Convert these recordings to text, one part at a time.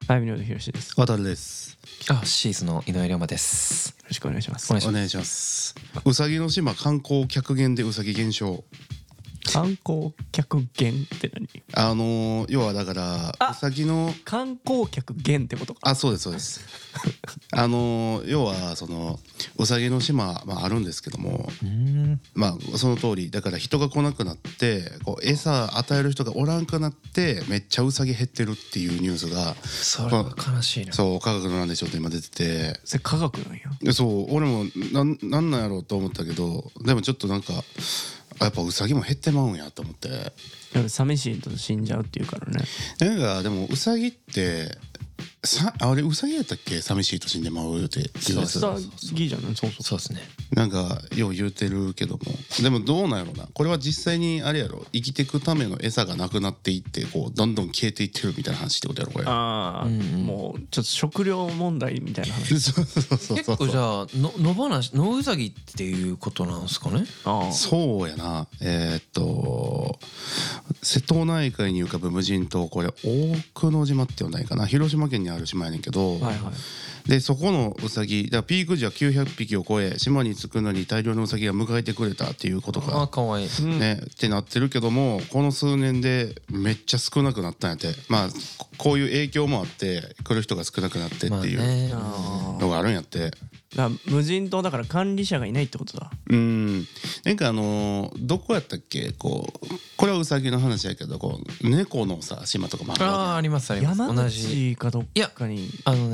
ライブニュードひろしです。よ渡るです。 シーズの井上龍馬です。 ろしくお願いします。 お願いします。うさぎの島観光客減でうさぎ減少。 観光客減って何？ 要はだからうさぎの観光客減ってことか。 そうですそうです。要はそのうさぎの島、あるんですけども、その通りだから人が来なくなってこう餌与える人がおらんくなってめっちゃうさぎ減ってるっていうニュースがそれは悲しいな。 そう科学のなんでしょうって今出てて、 それ科学なんや。 そう俺もなんやろうと思ったけど、でもちょっとなんかやっぱウサギも減ってまうんやと思って。 でも寂しいと死んじゃうっていうからね。 なんかでもウサギってあれウサギやったっけ、寂しいと死んでまうって言うやつ。 ウサギじゃない？そうですね。 なんかよう言うてるけども、でもどうなんやろな、これは実際にあれやろ、生きていくための餌がなくなっていってこうどんどん消えていってるみたいな話ってことやろこれ。 もうちょっと食料問題みたいな話。 そう結構じゃあ野ウサギっていうことなんですかね。 そうやな。瀬戸内海に浮かぶ無人島、これ大久野島って呼んだらいいかな、広島県にある島やねんけど、でそこのウサギだからピーク時は900匹を超え島に着くのに大量のウサギが迎えてくれたっていうことがかわいいねってなってるけども、この数年でめっちゃ少なくなったんやって。こういう影響もあって来る人が少なくなってっていうのがあるんやって。 無人島だから管理者がいないってことだ。 なんかどこやったっけ、これはウサギの話やけど猫のさ島とかもあるわけ。 ありますあります。 山口かどっかに。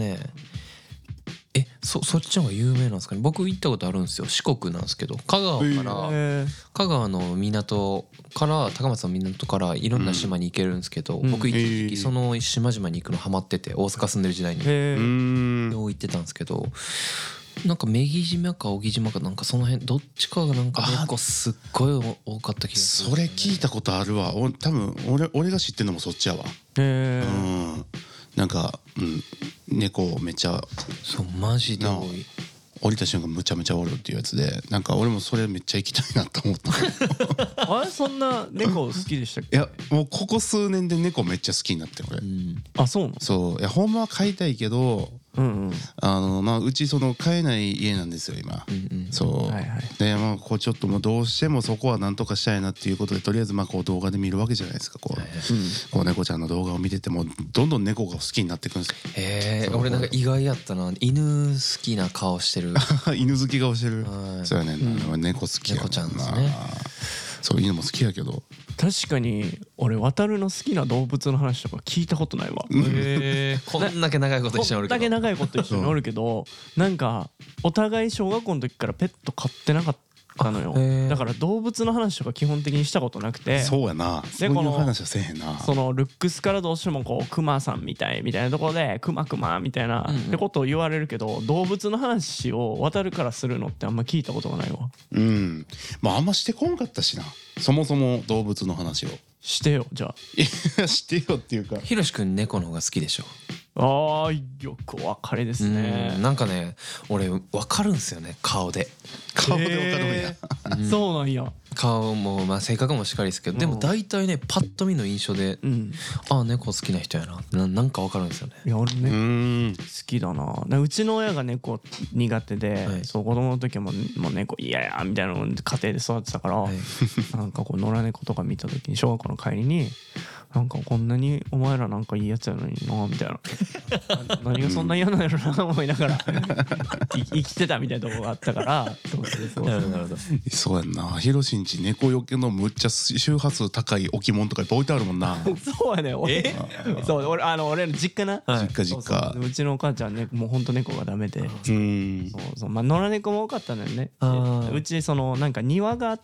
そっちの方が有名なんですかね。僕行ったことあるんですよ。四国なんですけど香川の港から高松の港からいろんな島に行けるんですけど、僕一時期その島々に行くのハマってて、大阪住んでる時代によう行ってたんですけど、なんか女木島か小木島かなんかその辺どっちかがなんか猫すっごい多かった気がする。 それ聞いたことあるわ。多分俺が知ってるのもそっちやわ。なんか猫めっちゃそうマジで多い。 降りた瞬間むちゃむちゃおるっていうやつで、なんか俺もそれめっちゃ行きたいなと思ったあれそんな猫好きでしたっけ？ いやもうここ数年で猫めっちゃ好きになって俺。 そうなの？ そういやほんまは飼いたいけどうちその飼えない家なんですよ今。そうでこうちょっともうどうしてもそこはなんとかしたいなっていうことで、とりあえずこう動画で見るわけじゃないですか。こう猫ちゃんの動画を見ててもどんどん猫が好きになっていくんですよ。 俺なんか意外やったな。犬好きな顔してる犬好き顔してる。そうやねん。猫好きや猫ちゃんですね。 そう犬も好きやけど、 確かに俺渡るの好きな動物の話とか聞いたことないわ。 こんだけ長いこと一緒におるけど。 こんだけ長いこと一緒におるけど、なんかお互い小学校の時からペット飼ってなかったのよ。だから動物の話とか基本的にしたことなくて。 そうやな。そういう話はせえへんな。 そのルックスからどうしてもクマさんみたいなところでクマみたいなってことを言われるけど、動物の話を渡るからするのってあんま聞いたことがないわ。 あんましてこんかったしな、そもそも動物の話を。 してよじゃあ。 いやしてよっていうか、 ひろしくん猫の方が好きでしょ。 よくお分かりですね。 なんかね俺分かるんですよね、顔で分かるんや。 そうなんや。 顔も性格もしっかりですけど、でも大体ねパッと見の印象で猫好きな人やな、なんか分かるんですよね。 いや俺ね好きだな。うちの親が猫苦手で、そう子供の時も猫嫌やみたいなの家庭で育ってたから、なんか野良猫とか見た時に小学校の帰りになんかこんなにお前らなんかいいやつやのになみたいな何がそんな嫌なんやろな思いながら生きてたみたいなとこがあったから。 そうやんな。ヒロシンち猫よけのむっちゃ周波数高い置物とかいっぱい置いてあるもんな。 そうやね。俺の実家な。 実家うちのお母ちゃんねもうほんと猫がダメで。野良猫も多かったのよね。うちなんか庭があって、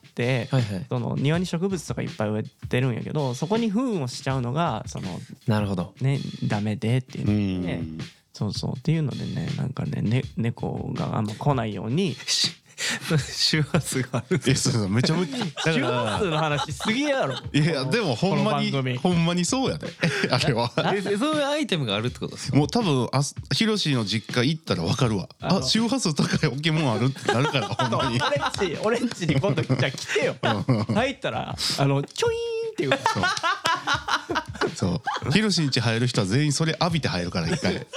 その庭に植物とかいっぱい植えてるんやけど、そこに糞をしちゃうのがなるほどねダメでっていうので、そうっていうのでね、なんかね猫があんま来ないように周波数があるんですよ。 めちゃめちゃ周波数の話すげえやろ。 いやでもほんまにそうやであれは。 そういうアイテムがあるってことですか。 もう多分ヒロシの実家行ったら分かるわ。周波数高い置物あるってなるからほんまに。 俺んちに今度じゃあ来てよ。入ったらチョイーンっていうそうヒロシん家入る人は全員それ浴びて入るから一回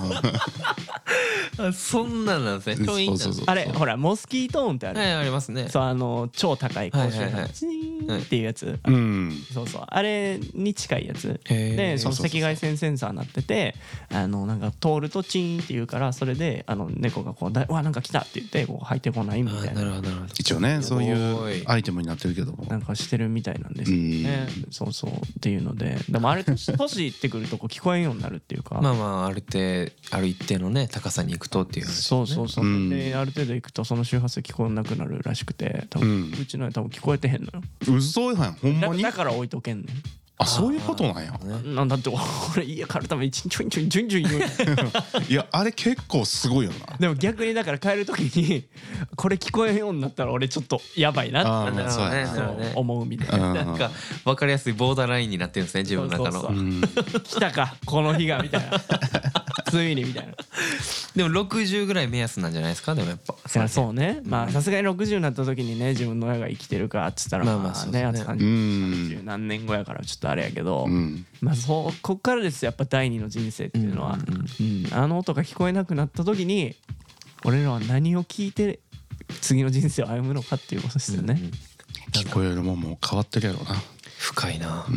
そんなんなんですね。 あれほらモスキートーンってある。 ありますね。 そう超高い高周波チーンっていうやつ。そうそうあれに近いやつで、その赤外線センサーになってて、なんか通るとチーンって言うから、それで猫がこうわなんか来たって言ってこう入ってこないみたいな。 一応ねそういうアイテムになってるけどもなんかしてるみたいなんですよね。そうそうっていうので、でもあれ年いってくるとこう聞こえんようになるっていうか、 まあある一定のね高さに行くとっていう話。 そうである程度行くとその周波数聞こえなくなるらしくて、多分うちの多分聞こえてへんのよ。 嘘やんほんまに。 だから置いとけんねん。 あそういうことなんや。 なんだって俺家帰るためにちょいちょい順々言う。 いやあれ結構すごいよな。 でも逆にだから帰る時にこれ聞こえんようになったら俺ちょっとやばいなって思うみたいな。 なんか分かりやすいボーダーラインになってるんですね自分の中の。 来たかこの日がみたいな。ついにみたいな。 でも60ぐらい目安なんじゃないですか。でもやっぱそうね。まあさすがに60になった時にね自分の親が生きてるかっつったらまあね30何年後やからちょっとあれやけど、まあこっからですよやっぱ第二の人生っていうのは。あの音が聞こえなくなった時に俺らは何を聞いて次の人生を歩むのかっていうことですよね。 聞こえるもんも変わってるやろうな。 深いな。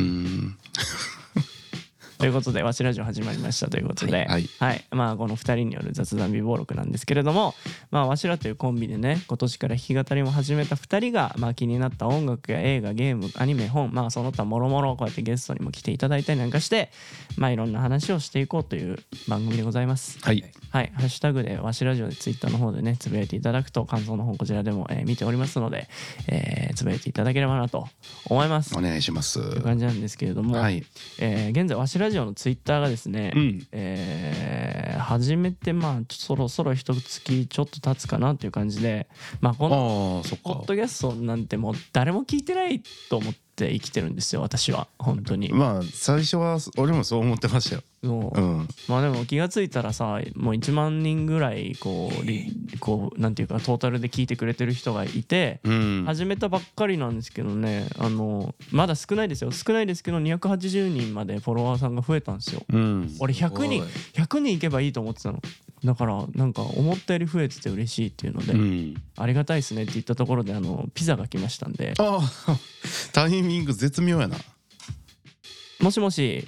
ということでわしラジオ始まりましたということで、まあこの2人による雑談美貌録なんですけれども、まあわしらというコンビでね今年から弾き語りも始めた2人が、まあ気になった音楽や映画ゲームアニメ本、まあその他もろもろこうやってゲストにも来ていただいたりなんかして、まあいろんな話をしていこうという番組でございます。はい、ハッシュタグでわしラジオでツイッターの方でねつぶやいていただくと感想の方こちらでも、見ておりますので、つぶやいていただければなと思います。 お願いします。 という感じなんですけれども、現在わしラジオのツイッターがですね、始めてまあそろそろ一月ちょっと経つかなという感じで、まあこのポッドキャストなんてもう誰も聞いてないと思って生きてるんですよ私は本当に。 まあ最初は俺もそう思ってましたよ。 まあでも気がついたらさもう1万人ぐらいこうなんていうかトータルで聞いてくれてる人がいて、始めたばっかりなんですけどね、まだ少ないですけど280人までフォロワーさんが増えたんですよ。俺100人いけばいいと思ってたの。だからなんか思ったより増えてて嬉しいっていうので、ありがたいですねって言ったところでピザが来ましたんで。 タイミング絶妙やな。 もしもし。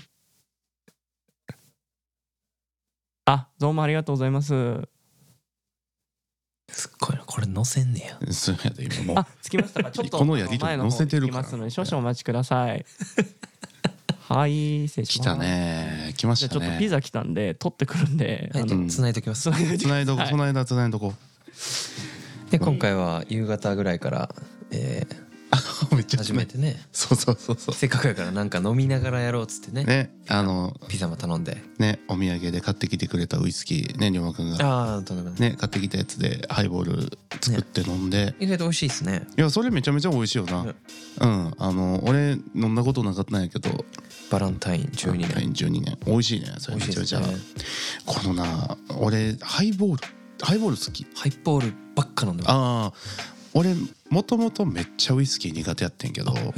どうもありがとうございます。 すっごいなこれ載せんねや。 そうやで今もう。 着きましたか。ちょっとこのやりとり載せてるから。 来ますので少々お待ちください。はい失礼します。 来たね来ましたね。 じゃあちょっとピザ来たんで取ってくるんで、 つないでおきます。 つないどこその間つないどこ。 で今回は夕方ぐらいから初めてね。 そうせっかくやからなんか飲みながらやろうっつってね。ピザも頼んでねお土産で買ってきてくれたウイスキーね龍馬くんがね買ってきたやつでハイボール作って飲んで、 意外と美味しいですね。 いやそれめちゃめちゃ美味しいよな。俺飲んだことなかったんやけどバランタイン12年美味しいね。それめちゃめちゃこのな俺ハイボール好き。 ハイボールばっか飲んでます。 俺もともとめっちゃウイスキー苦手やってんけど、ハ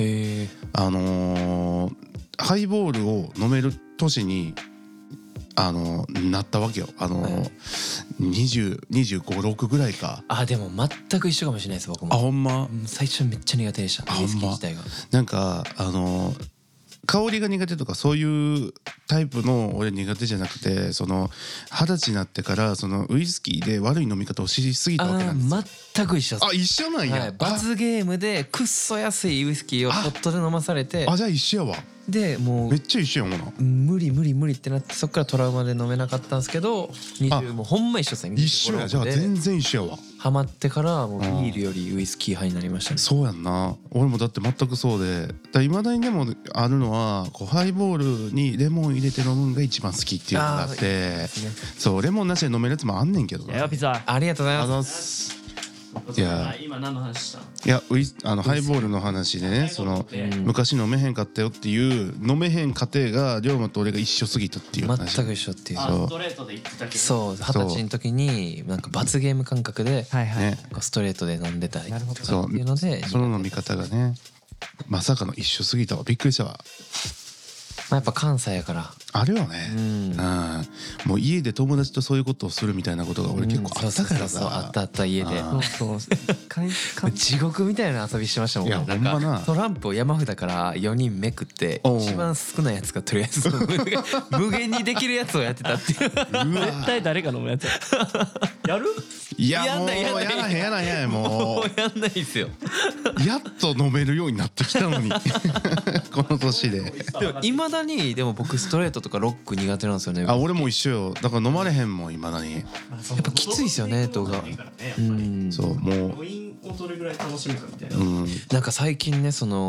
イボールを飲める年になったわけよ。25、6ぐらいか。 でも全く一緒かもしれないです僕も。 ほんま。 最初めっちゃ苦手でした。ウイスキー自体が。 なんか香りが苦手とかそういうタイプの俺苦手じゃなくて、その20歳になってからそのウイスキーで悪い飲み方をしすぎたわけなんですよ。 全く一緒です。 一緒なんや。 罰ゲームでくっそ安いウイスキーをポットで飲まされて、 じゃあ一緒やわ。 でもうめっちゃ一緒やもんな。 無理ってなって、そっからトラウマで飲めなかったんですけど、もうほんま一緒ですね。 一緒や。じゃあ全然一緒やわ。 ハマってからもうビールよりウイスキー派になりましたね。 そうやんな。俺もだって全くそうで、いまだにでもあるのはこうハイボールにレモン入れて飲むのが一番好きっていうのがあって、そうレモンなしで飲めるやつもあんねんけどな。 ピザありがとうございます。 いや今何の話した？ いやハイボールの話でね、その昔飲めへんかったよっていう飲めへん過程が龍馬と俺が一緒すぎたっていう話。 全く一緒っていう。 ストレートで言ってたけど。 そう20歳の時になんか罰ゲーム感覚でストレートで飲んでたっていうので、 その飲み方がねまさかの一緒すぎたわ。びっくりしたわ。 やっぱ関西やからあるよね。もう家で友達とそういうことをするみたいなことが俺結構あったからさ。 あった家で。 そう地獄みたいな遊びしてましたもん。 いやほんまな。 トランプを山札から4人めくって一番少ないやつがとりあえず無限にできるやつをやってたっていう。 絶対誰か飲むやつやる？ いやもうやらへんもうやんないですよ。 やっと飲めるようになってきたのにこの年で。 いまだにでも僕ストレートとかロック苦手なんですよね。 あ俺も一緒よ。だから飲まれへんもんいまだに。やっぱきついですよね動画。 そうもう余韻をどれぐらい楽しむかみたいな。 なんか最近ね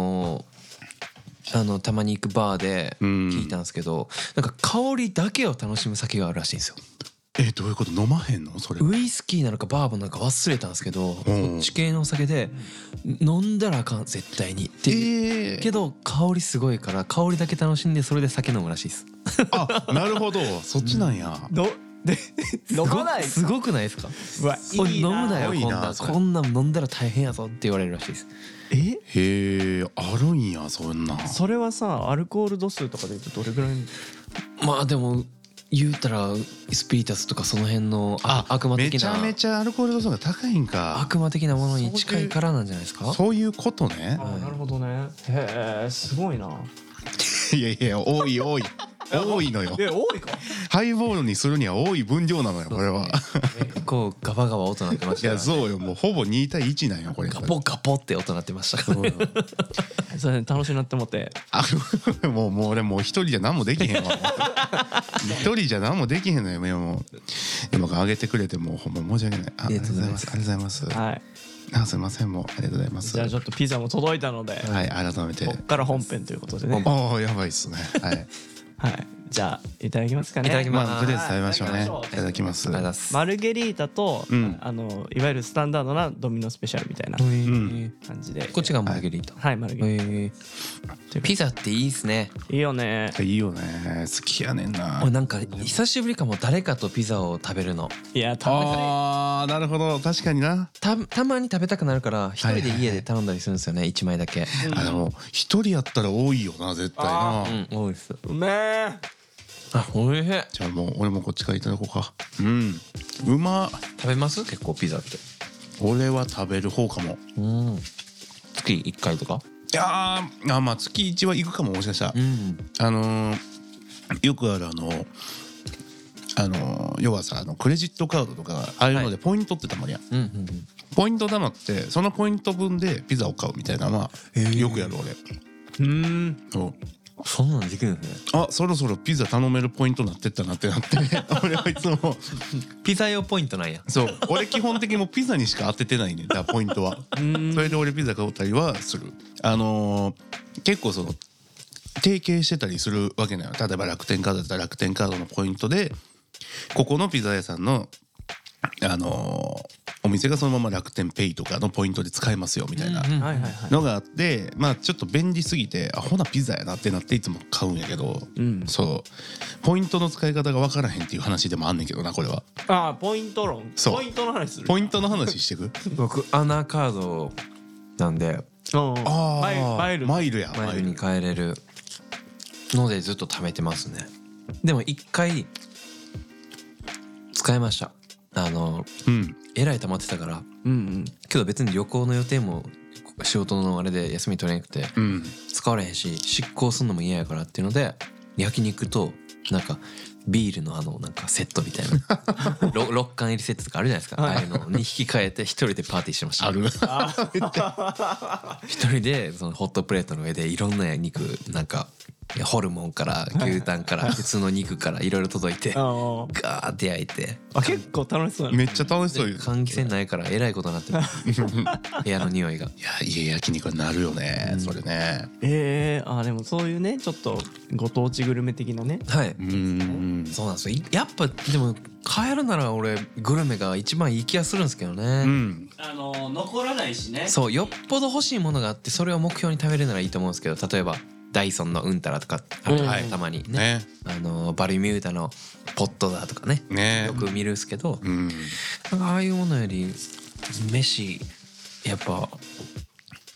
たまに行くバーで聞いたんですけど、なんか香りだけを楽しむ酒があるらしいんですよ。 どういうこと？飲まへんのそれ？ ウイスキーなのかバーボンなのか忘れたんですけど、こっち系のお酒で飲んだらあかん絶対にってけど香りすごいから香りだけ楽しんでそれで酒飲むらしいです。 あなるほどそっちなんや。 飲まないすごくないですか？飲むなよこんなん飲んだら大変やぞって言われるらしいです。 へえあるんやそんな。 それはさアルコール度数とかで言うとどれぐらい？ まあでも言うたらスピリタスとかその辺の悪魔的なめちゃめちゃアルコール度数が高いんか。 悪魔的なものに近いからなんじゃないですか。 そういうことね。 なるほどね。へえすごいな。 いや多い多いのよ。 多いか。 ハイボールにするには多い分量なのよこれは。 こうガバガバ音鳴ってました。 いやそうよもうほぼ2対1なんよこれ。 ガポガポって音鳴ってました。 それ楽しいなって思って。 もう俺もう一人じゃ何もできへんわ。一人じゃ何もできへんのよもう。今からあげてくれてもうほんま申し訳ない。ありがとうございます。ありがとうございます。はい。すいませんもうありがとうございます。 じゃあちょっとピザも届いたので、 はい改めてこっから本編ということでね。 ああやばいっすね。はいはいじゃあいただきますかね。 いただきます。 とりあえず食べましょうね。いただきます。 マルゲリータといわゆるスタンダードなドミノスペシャルみたいな感じで。 こっちがマルゲリータ。 はいマルゲリータ。ピザっていいっすね。 いいよね。 いいよね好きやねんな。 俺なんか久しぶりかも誰かとピザを食べるの。 いや食べたい。 あなるほど確かにな。 たまに食べたくなるから一人で家で頼んだりするんですよね1枚だけ。 でも一人やったら多いよな絶対な。 多いです。 うめえ。 おいしい。 じゃあもう俺もこっちからいただこうか。うま。 食べます結構ピザって。 俺は食べる方かも。 月1回とか。 いやまあ月1は行くかももしかしたら。よくある要はさクレジットカードとかああいうのでポイントってたまるやん。ポイント貯まってそのポイント分でピザを買うみたいなのはよくやる俺。 そんなんできるんですね。 あそろそろピザ頼めるポイントなってったなってなって俺はいつもピザ用ポイントなんや。 そう俺基本的にもうピザにしか当ててないねんだポイントは。それで俺ピザ買ったりはする。結構その提携してたりするわけなの。例えば楽天カードだったら楽天カードのポイントでここのピザ屋さんのお店がそのまま楽天ペイとかのポイントで使えますよみたいなのがあってまあちょっと便利すぎてほなピザやなってなっていつも買うんやけど、そうポイントの使い方が分からへんっていう話でもあんねんけどなこれは。 ポイント論。ポイントの話する。 ポイントの話してく。 僕アナカードなんでマイルマイルに変えれるのでずっと貯めてますね。でも一回使いました。えらい溜まってたから、けど別に旅行の予定も仕事のあれで休み取れなくて、使われへんし執行すんのも嫌やからっていうので焼肉となんかビールのなんかセットみたいな6缶入りセットとかあるじゃないですか、ああいうのに引き換えて一人でパーティーしてました。一人でそのホットプレートの上でいろんな肉なんかホルモンから牛タンから普通の肉からいろいろ届いてガーって焼いて。 結構楽しそうだね。 めっちゃ楽しそう。 換気扇ないからえらいことになってる部屋の匂いが。いや家焼肉になるよねそれね。 でもそういうねちょっとご当地グルメ的なね。 はいそうなんですよ。やっぱでも帰るなら俺グルメが一番いい気がするんですけどね。 残らないしね。 そうよっぽど欲しいものがあってそれを目標に食べるならいいと思うんですけど、例えばダイソンのうんたらとかあるたまにね、バルミューダのポットだとかねよく見るんですけど、なんかああいうものより飯やっぱ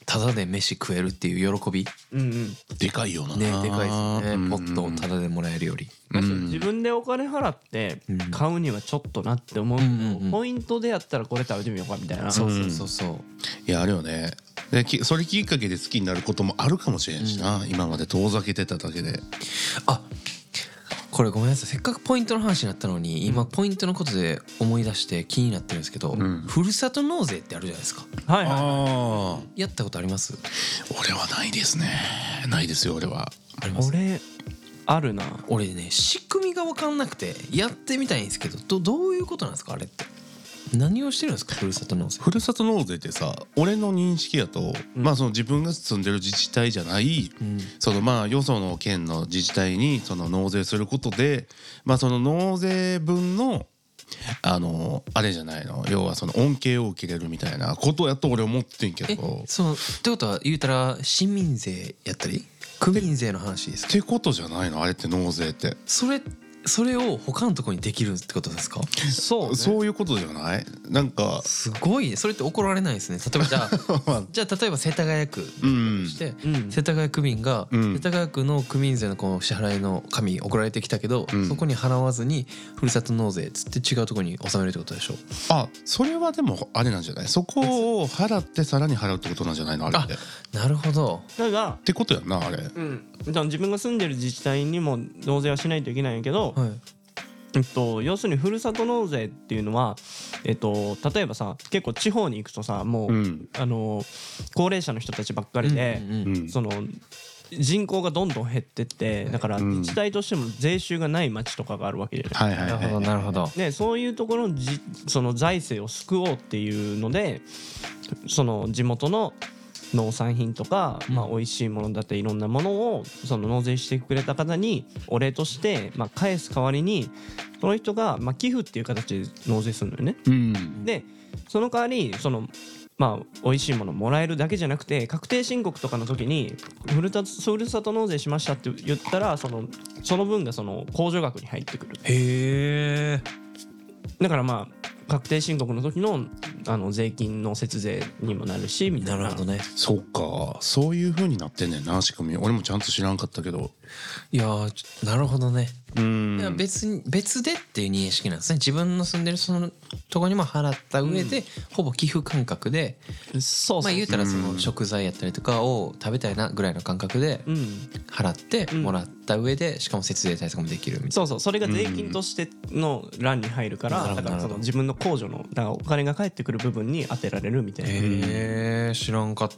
タダで飯食えるっていう喜び、 でかいよな。 ね、でかいですね。ポットをタダでもらえるより、 自分でお金払って買うにはちょっとなって思うけど、ポイントでやったらこれ食べてみようかみたいな。 そうそうそう。 いやあるよね。でそれきっかけで好きになることもあるかもしれんしな、今まで遠ざけてただけで。 あ、これごめんなさい、せっかくポイントの話になったのに今ポイントのことで思い出して気になってるんですけど、ふるさと納税ってあるじゃないですか。 はいはい。 やったことあります？ 俺はないですね。ないですよ俺は。 あります？ 俺あるな。 俺ね、仕組みが分かんなくてやってみたいんですけど、どういうことなんですかあれって。何をしてるんですかふるさと納税。 ふるさと納税ってさ、俺の認識やと、まあその自分が住んでる自治体じゃない、そのまあよその県の自治体にその納税することで、まあその納税分のあれじゃないの、要はその恩恵を受けれるみたいなことやと俺思ってんけど。 そうってことは言うたら市民税やったり区民税の話ですかってことじゃないのあれって納税って。 それを他のところにできるってことですか？ そういうことじゃない？なんかすごいね。それって怒られないですね。例えばじゃあ例えば世田谷区として、世田谷区民が、世田谷区の区民税のこの支払いの紙送られてきたけど、そこに払わずにふるさと納税っつって違うところに納めるってことでしょ。 あ、それはでもあれなんじゃない？そこを払ってさらに払うってことなんじゃないのあれって。 なるほど。 だがってことやんなあれ。 自分が住んでる自治体にも納税はしないといけないんやけど、要するにふるさと納税っていうのは、例えばさ結構地方に行くとさもう、高齢者の人たちばっかりで、その人口がどんどん減ってって、だから自治体としても税収がない町とかがあるわけで、 なるほどなるほど。 でそういうところのその財政を救おうっていうので、その地元の農産品とか、まあ美味しいものだったりいろんなものをその納税してくれた方にお礼として、まあ返す代わりにその人がまあ寄付っていう形で納税するのよね。でその代わりそのまあ美味しいものもらえるだけじゃなくて、確定申告とかの時にふるさと納税しましたって言ったらその分がその控除額に入ってくる。 へえ。 だからまあ確定申告の時の税金の節税にもなるしみたいな。 なるほどね。 そっか、そういう風になってんねんな仕組み。俺もちゃんと知らんかったけど。 いやなるほどね。いや別でっていう認識なんですね。自分の住んでるそのとこにも払った上で、ほぼ寄付感覚で、まあ言うたらその食材やったりとかを食べたいなぐらいの感覚で払ってもらった上で、しかも節税対策もできるみたいな。 そうそれが税金としての欄に入るから、だからその自分の控除のだからお金が返ってくる部分に当てられるみたいな。 へえ、知らんかった。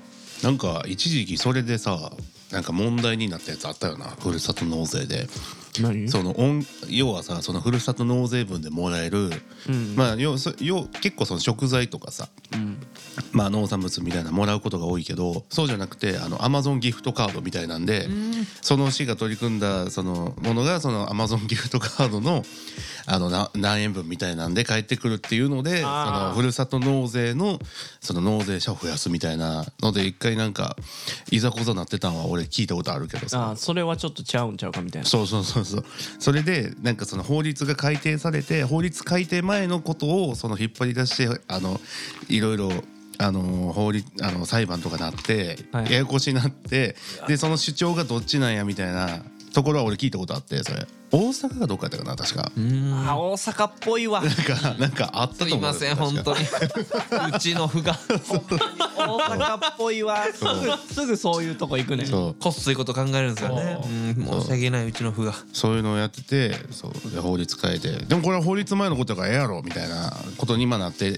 なんか一時期それでさ、なんか問題になったやつあったよな、ふるさと納税で。その要はさ、そのふるさと納税分でもらえる、まあ結構その食材とかさ、まあ農産物みたいなもらうことが多いけど、そうじゃなくてAmazonギフトカードみたいなんで、その市が取り組んだそのものがそのAmazonギフトカードの何円分みたいなんで返ってくるっていうので、そのふるさと納税のその納税者を増やすみたいなので一回なんかいざこざなってたんは俺聞いたことあるけどさ。 それはちょっとちゃうんちゃうかみたいな。 そうそれでなんかその法律が改定されて、法律改定前のことをその引っ張り出していろいろ裁判とかなって、ややこしになって、でその主張がどっちなんやみたいなところは俺聞いたことあって、それ大阪がどっかやったかな確か。 大阪っぽいわ。 なんかあったと思う。 すいません本当にうちの府が大阪っぽいわ。すぐそういうとこ行くね。 こっそいこと考えるんですよね。申し訳ないうちの府が。 そういうのをやってて、そうで法律変えて、でもこれは法律前のことだからええやろみたいなことに今なっていって、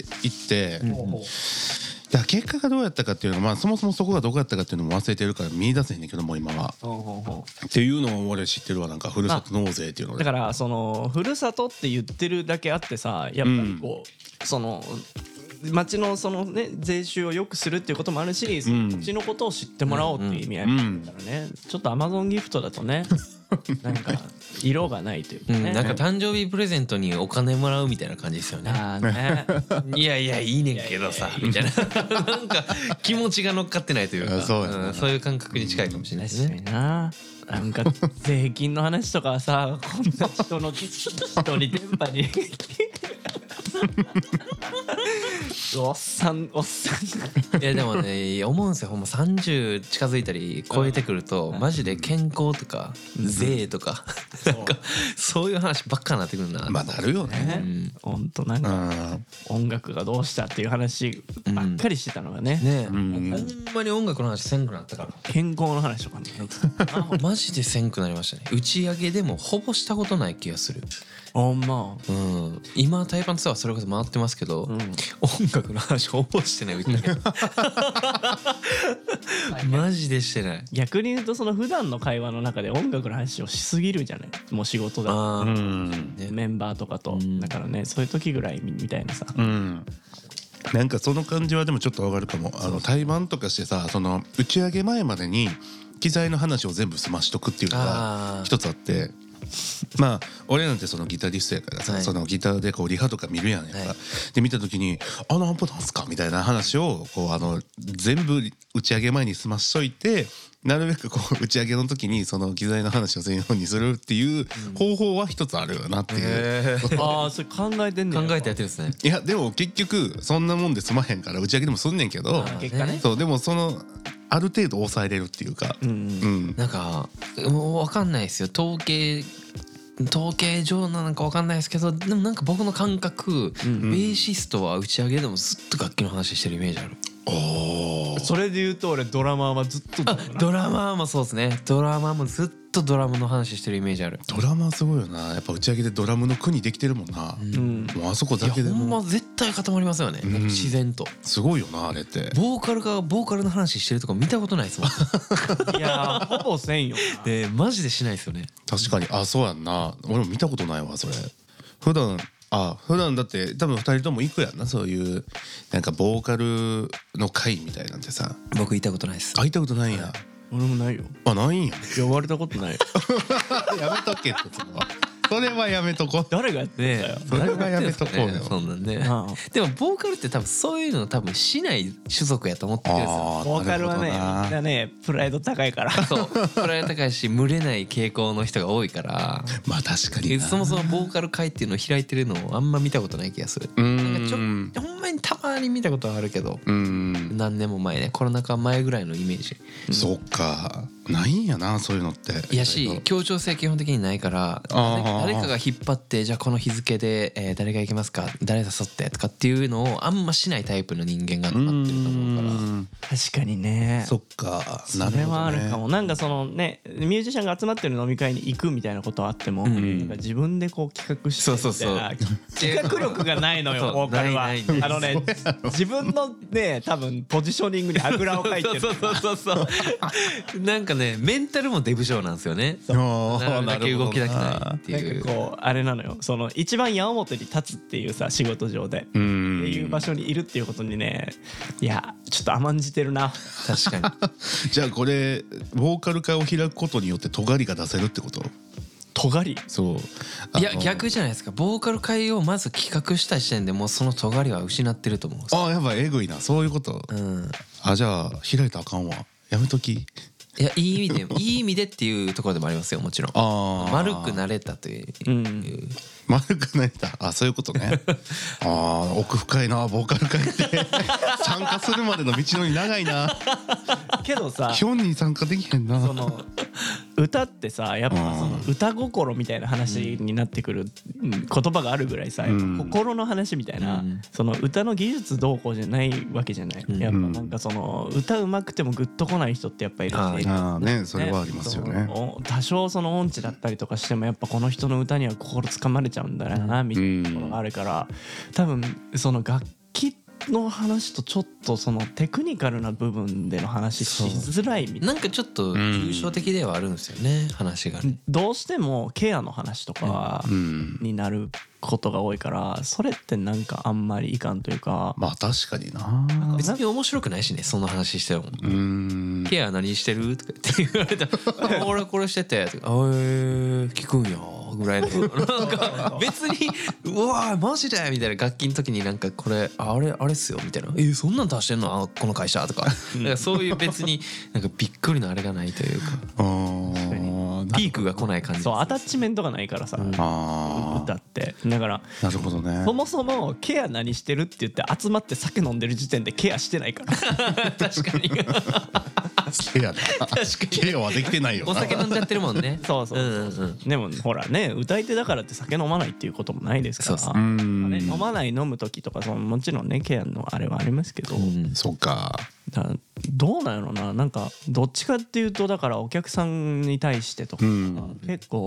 だから結果がどうやったかっていうのが、まあそもそもそこがどこやったかっていうのも忘れてるから見出せへんねんけども今は。っていうのを俺知ってるわ。なんかふるさと納税っていうので。 だからそのふるさとって言ってるだけあってさ、やっぱりこうその町のそのね税収を良くするっていうこともあるし、そっちのことを知ってもらおうっていう意味合いだからね。ちょっとAmazonギフトだとね。なんか色がないというかね、 なんか誕生日プレゼントにお金もらうみたいな感じですよね。いやいやいいねんけどさみたいななんか気持ちが乗っかってないというか、そういう感覚に近いかもしれないですね。 確かにな。なんか税金の話とかさ、こんな人に電波におっさんいやでもね思うんですよ。ほんま30近づいたり超えてくるとマジで健康とか税とかなんかそういう話ばっかになってくるな。 まあなるよね。 ほんとなんか音楽がどうしたっていう話ばっかりしてたのがね。 ねほんまに音楽の話せんくなったから。 健康の話とかね。 マジでせんくなりましたね。打ち上げでもほぼしたことない気がする。 ほんま。 今タイパンツアーそれこそ回ってますけど、音楽の話ほぼしてない。マジでしてない。 逆に言うとその普段の会話の中で音楽の話をしすぎるじゃない。もう仕事だメンバーとかと、だからねそういう時ぐらいみたいなさ。 なんかその感じはでもちょっとわかるかも。対バンとかしてさ、その打ち上げ前までに機材の話を全部済ましとくっていうのが一つあって、まあ俺なんてそのギタリストやからさ、そのギターでこうリハとか見るやんやんか。で見た時に「あのアンプなんすか?」みたいな話をこう全部打ち上げ前に済ましといて、なるべくこう打ち上げの時にその機材の話をせんようにするっていう方法は一つあるよなっていう。 ああそれ考えてんねん。 考えてやってるんですね。 いやでも結局そんなもんで済まへんから打ち上げでもすんねんけど、 結果ね。 そうでもそのある程度抑えれるっていうか、 なんかもう分かんないですよ。統計上なんか分かんないですけど、でもなんか僕の感覚、ベーシストは打ち上げでもずっと楽器の話してるイメージある。 それで言うと俺ドラマーはずっとドラマーもそうですね。ドラマーもずっとドラムの話してるイメージある。 ドラマーすごいよな。やっぱ打ち上げでドラムの国できてるもんな。もうあそこだけでもほんま絶対固まりますよね、自然と。 すごいよなあれって。 ボーカルがボーカルの話してるとか見たことないですもん。 いやほぼせんよな。 でマジでしないですよね。 確かに。あそうやんな。俺も見たことないわそれ。普段だって多分2人とも行くやんな、そういうなんかボーカルの会みたいなんてさ。 僕行ったことないです。 行ったことないんや。 俺もないよ。 ないんや。 呼ばれたことない。 やめとけってそれはやめとこ。 誰がやってんだよ。 それはやめとこうよ。 そんなんね。でもボーカルって多分そういうの多分しない種族やと思ってるんですよ。 ボーカルはねみんなねプライド高いから。 そうプライド高いし群れない傾向の人が多いから。 まあ確かにな。 そもそもボーカル会っていうのを開いてるのをあんま見たことない気がする。なんかほんまにたまに見たことはあるけど、何年も前ね、コロナ禍前ぐらいのイメージ。 そっか。ないんやなそういうのって。 いやし協調性基本的にないから、誰かが引っ張ってじゃあこの日付で誰が行きますか、誰誘ってとかっていうのをあんましないタイプの人間がなってると思うから。 確かにね。 そっか。 それはあるかも。なんかそのねミュージシャンが集まってる飲み会に行くみたいなことはあっても、なんか自分でこう企画してみたいな企画力がないのよボーカルは。自分のね多分ポジショニングにあぐらをかいてる。 そうなんかねメンタルもデブ症なんですよね。なるだけ動きたくないっていう。 なんかこうあれなのよ、その一番矢面に立つっていうさ仕事上でっていう場所にいるっていうことにね、いやちょっと甘んじてるな。 確かに。 じゃあこれボーカル会を開くことによって尖りが出せるってこと？ 尖り？ そう。 いや逆じゃないですか。ボーカル会をまず企画した時点でもうその尖りは失ってると思う。 やばいえぐいなそういうこと。じゃあ開いたらあかんわ。やめとき。 いやいい意味でっていうところでもありますよもちろん。丸くなれたという、 丸くなれた。そういうことね。奥深いなボーカル会って参加するまでの道のり長いな。 けどさ基本に参加できへんな。 その歌ってさやっぱその歌心みたいな話になってくる言葉があるぐらいさ、心の話みたいな、その歌の技術どうこうじゃないわけじゃない。やっぱなんかその歌うまくてもグッとこない人ってやっぱいるし、 それはありますよね。 多少その音痴だったりとかしてもやっぱこの人の歌には心つかまれちゃうんだなみたいなところがあるから、多分その楽器の話とちょっとそのテクニカルな部分での話しづらいみたいな。 なんかちょっと抽象的ではあるんですよね、話がね。 どうしてもケアの話とかになることが多いから、それってなんかあんまりいかんというか。 まあ確かにな。 別に面白くないしねその話しても。ケア何してるとかって言われたら俺これしてて聞くんやぐらいのなんか別にうわマジでみたいな、楽器の時になんかこれあれっすよみたいな、そんなん出してんのこの会社とか、なんかそういう別になんかびっくりのあれがないというか。 ピークが来ない感じ。 そうアタッチメントがないからさ、歌ってだからなるほどね。 そもそもケア何してるって言って集まって酒飲んでる時点でケアしてないから確かにケアだ。ケアはできてないよな。 お酒飲んじゃってるもんね。 そうそう、でもほらね歌い手だからって酒飲まないっていうこともないですから、飲まない飲む時とかもちろんねケアのあれはありますけど、 そうか。 どうなんやろな、なんかどっちかっていうとだからお客さんに対してとか、結構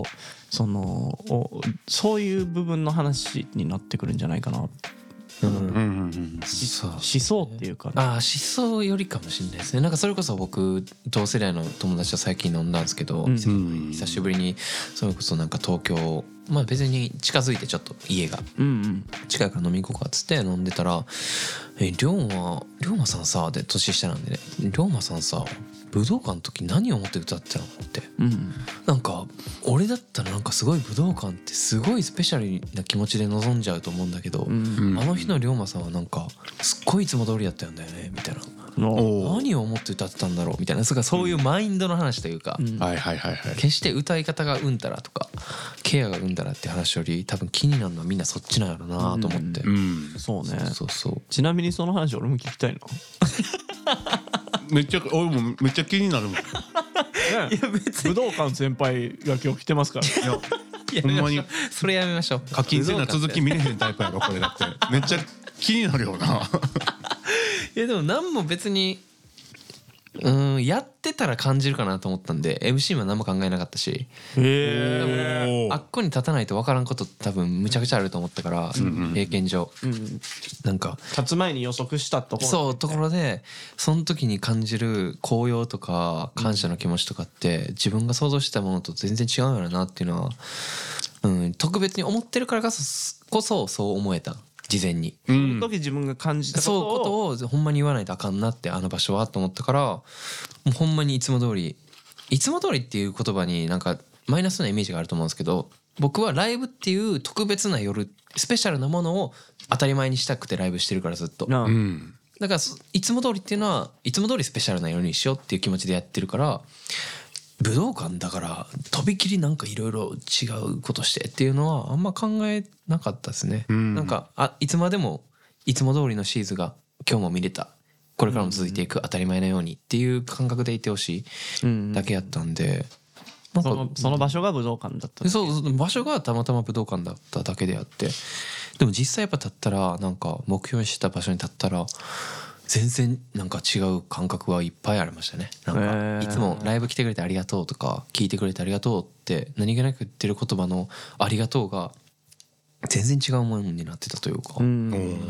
そういう部分の話になってくるんじゃないかな。思想っていうか、 思想よりかもしれないですね。なんかそれこそ僕同世代の友達と最近飲んだんですけど、久しぶりにそれこそなんか東京、まあ別に近づいてちょっと家が近いから飲み行こうかっつって飲んでたら「龍馬さんさ」で年下なんでね「龍馬さんさ武道館の時何を思って歌ってたの?」って、なんか俺だったらなんかすごい武道館ってすごいスペシャルな気持ちで臨んじゃうと思うんだけど、あの日の龍馬さんはなんかすっごいいつも通りだったんだよねみたいな。何を思って歌ってたんだろうみたいな、そういうマインドの話というか、決して歌い方がうんたらとかケアがうんたらって話より多分気になるのはみんなそっちなんやろなと思って、 そうね。 そうちなみにその話俺も聞きたいな俺もめっちゃ気になるもん。いや別に武道館先輩が今日来てますから。 いやほんまにそれやめましょう。 課金せな続き見れへんタイプやろこれだって。めっちゃ気になるよな。 いやでも何も別にやってたら感じるかなと思ったんで MC も何も考えなかったし、あっこに立たないと分からんこと多分むちゃくちゃあると思ったから、経験上、なんか立つ前に予測したところでその時に感じる高揚とか感謝の気持ちとかって自分が想像してたものと全然違うんやなっていうのは、特別に思ってるからこそそう思えた。事前にその時自分が感じたことをほんまに言わないとあかんなってあの場所はと思ったから、もうほんまにいつも通りっていう言葉になんかマイナスなイメージがあると思うんですけど、僕はライブっていう特別な夜スペシャルなものを当たり前にしたくてライブしてるからずっと、だからいつも通りっていうのはいつも通りスペシャルな夜にしようっていう気持ちでやってるから、武道館だからとびきりなんかいろいろ違うことしてっていうのはあんま考えなかったですね。なんかいつまでもいつも通りのシーズンが今日も見れた、これからも続いていく当たり前のようにっていう感覚でいてほしいだけやったんで、 その場所が武道館だった。 そう場所がたまたま武道館だっただけであって、でも実際やっぱ立ったらなんか目標にしてた場所に立ったら全然なんか違う感覚はいっぱいありましたね。なんかいつもライブ来てくれてありがとうとか聞いてくれてありがとうって何気なく言ってる言葉のありがとうが全然違うものになってたというか、ほん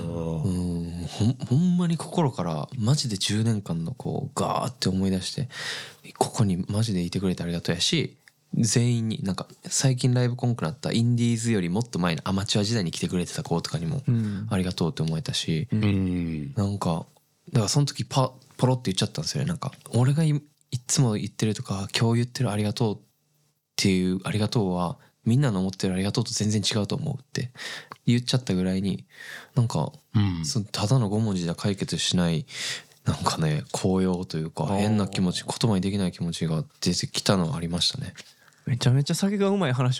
まに心からマジで10年間のこうガーって思い出して、ここにマジでいてくれてありがとうやし、全員になんか最近ライブ来んくなったインディーズよりもっと前のアマチュア時代に来てくれてた子とかにもありがとうって思えたし、なんかだからその時ポロって言っちゃったんですよね。なんか俺がいつも言ってるとか今日言ってるありがとうっていうありがとうはみんなの思ってるありがとうと全然違うと思うって言っちゃったぐらいに、なんか、ただの5文字では解決しないなんかね高揚というか変な気持ち、言葉にできない気持ちが出てきたのはありましたね。 めちゃめちゃ酒がうまい話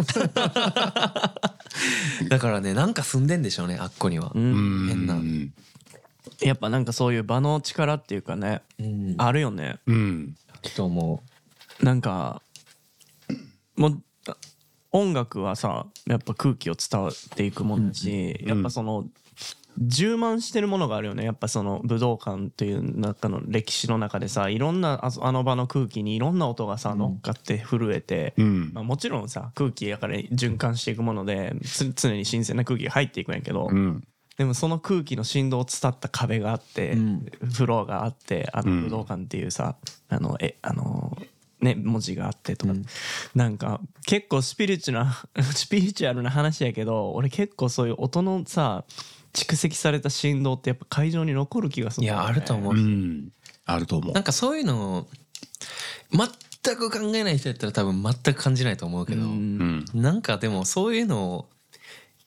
だからねなんか住んでんでしょうねあっこには。変なやっぱなんかそういう場の力っていうかね、あるよね。 と思う。なんかもう音楽はさやっぱ空気を伝わっていくもんだし、やっぱその充満してるものがあるよね。やっぱその武道館っていう中の歴史の中でさ、いろんなあの場の空気にいろんな音がさ乗っかって震えて、もちろんさ空気やから循環していくもので常に新鮮な空気が入っていくんやけど、でもその空気の振動を伝った壁があって、フロアがあって、武道館っていうさね、文字があってとか、なんか結構スピリチュアルな話やけど、俺結構そういう音のさ蓄積された振動ってやっぱ会場に残る気がする、 ね。いやあると思う、 あると思う。 なんかそういうの全く考えない人やったら多分全く感じないと思うけど、なんかでもそういうのを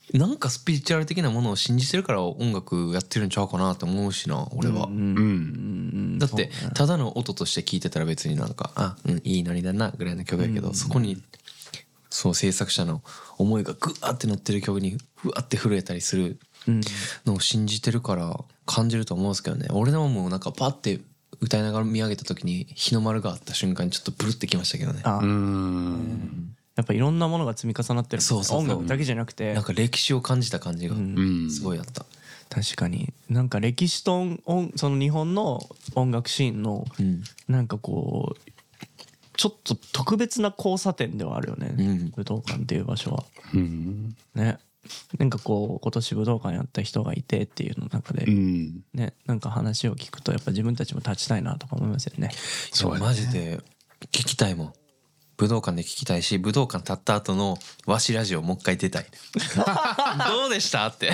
なんかスピリチュアル的なものを信じてるから音楽やってるんちゃうかなって思うしな俺は。だってただの音として聴いてたら別になんかいいノリだなぐらいの曲やけど、そこにそう制作者の思いがグワーって乗ってる曲にふわって震えたりするのを信じてるから感じると思うんですけどね。俺のもうなんかパッて歌いながら見上げた時に日の丸があった瞬間にちょっとブルってきましたけどね。 やっぱいろんその積み重なってる。音楽だけじゃなくてなんか歴史を感じた感じがすごいあった。 確かになんか歴史とその日本の音楽シーンのなんかこうちょっと特別な交差点ではあるよね、武道館っていう場所は。ね、なんかこう今年武道館やった人がいてっていうの中で、ね、なんか話を聞くとやっぱ自分たちも立ちたいなとか思いますよね。 そうマジで聞きたいもん。武道館で聞きたいし、武道館立った後のわしラジオもう一回出たいどうでしたって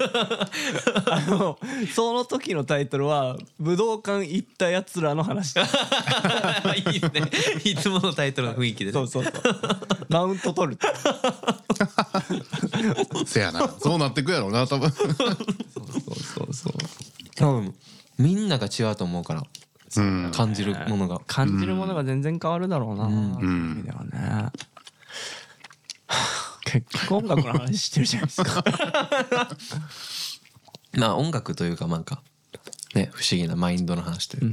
その時のタイトルは武道館行ったやつらの話いいね、いつものタイトルの雰囲気で、ね、 そうマウント取るせやな、そうなってくやろうな多分そう多分みんなが違うと思うから、感じるものが全然変わるだろうな、意味ではね。結構音楽の話してるじゃないですかまあ音楽というかなんかね、不思議なマインドの話という、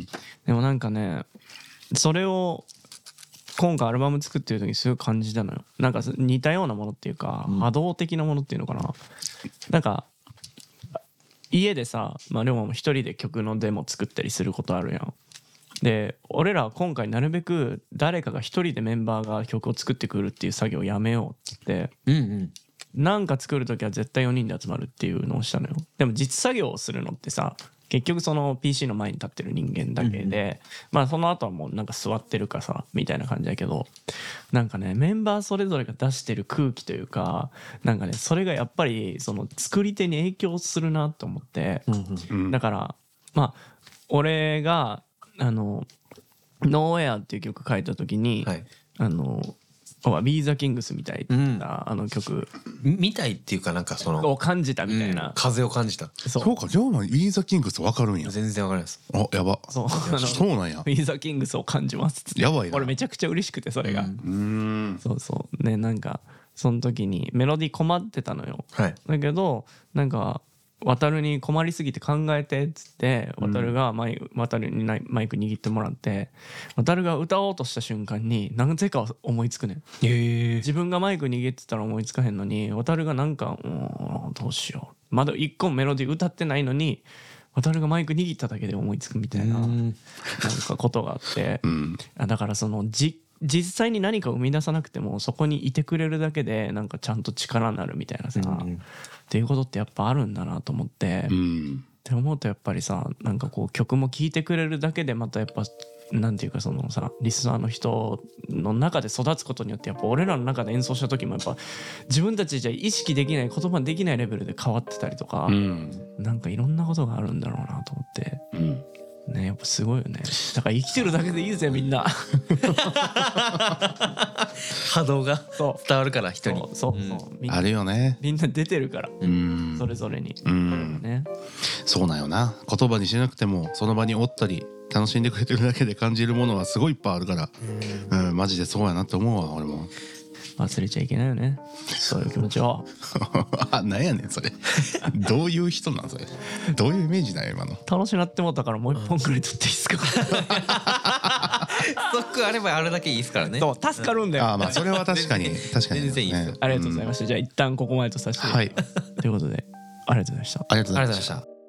でもなんかね、それを今回アルバム作ってる時にすごい感じたのよ。なんか似たようなものっていうか、波動的なものっていうのかな。なんか家でさ、龍馬も一人で曲のデモ作ったりすることあるやん。で俺らは今回なるべく誰かが一人でメンバーが曲を作ってくるっていう作業をやめようって、なんか作る時は絶対4人で集まるっていうのをしたのよ。でも実作業をするのってさ、結局その PC の前に立ってる人間だけで、まあその後はもうなんか座ってるかさみたいな感じだけど、なんかねメンバーそれぞれが出してる空気というか、なんかねそれがやっぱりその作り手に影響するなと思って、だからまあ俺がノーエアっていう曲書いた時に、ビーザキングスみたいな、曲みたいっていうかなんかそのを感じたみたいな、 風を感じた。 そうか、龍馬ビーザキングス分かるんや。 全然分かります。 あ、やば。そうなんや。 ビーザキングスを感じますっつって。 やばいな。 俺めちゃくちゃ嬉しくてそれが。そうね、なんかその時にメロディー困ってたのよ。だけどなんか渡るに困りすぎて考えてっつって渡るにマイク握ってもらって、渡るが歌おうとした瞬間になぜか思いつくねん。自分がマイク握ってたら思いつかへんのに、渡るがなんかどうしよう、まだ一個もメロディー歌ってないのに渡るがマイク握っただけで思いつくみたいななんかことがあって、だからその実際に何か生み出さなくてもそこにいてくれるだけでなんかちゃんと力になるみたいなさ、っていうことってやっぱあるんだなと思って、って思うとやっぱりさ、なんかこう曲も聴いてくれるだけでまたやっぱなんていうかそのさ、リスナーの人の中で育つことによってやっぱ俺らの中で演奏した時もやっぱ自分たちじゃ意識できない、言葉できないレベルで変わってたりとか、なんかいろんなことがあるんだろうなと思って。ね、やっぱすごいよね。だから生きてるだけでいいぜみんな波動が伝わるから人に。 あるよね。 みんな出てるから、それぞれに、ね、 そうなんよな。言葉にしなくてもその場におったり楽しんでくれてるだけで感じるものはすごいいっぱいあるから、マジでそうやなって思うわ。俺も忘れちゃいけないよね、そういう気持ちをなんやねんそれどういう人なんそれ、どういうイメージだよ今の。 楽しなってもったからもう一本くらい取っていいですかストックあればあるだけいいですからね。 そう助かるんだよ。 まあそれは確かに全然いいですよ。 ありがとうございました。じゃあ一旦ここまでとさせて、ということでありがとうございました。 ありがとうございました。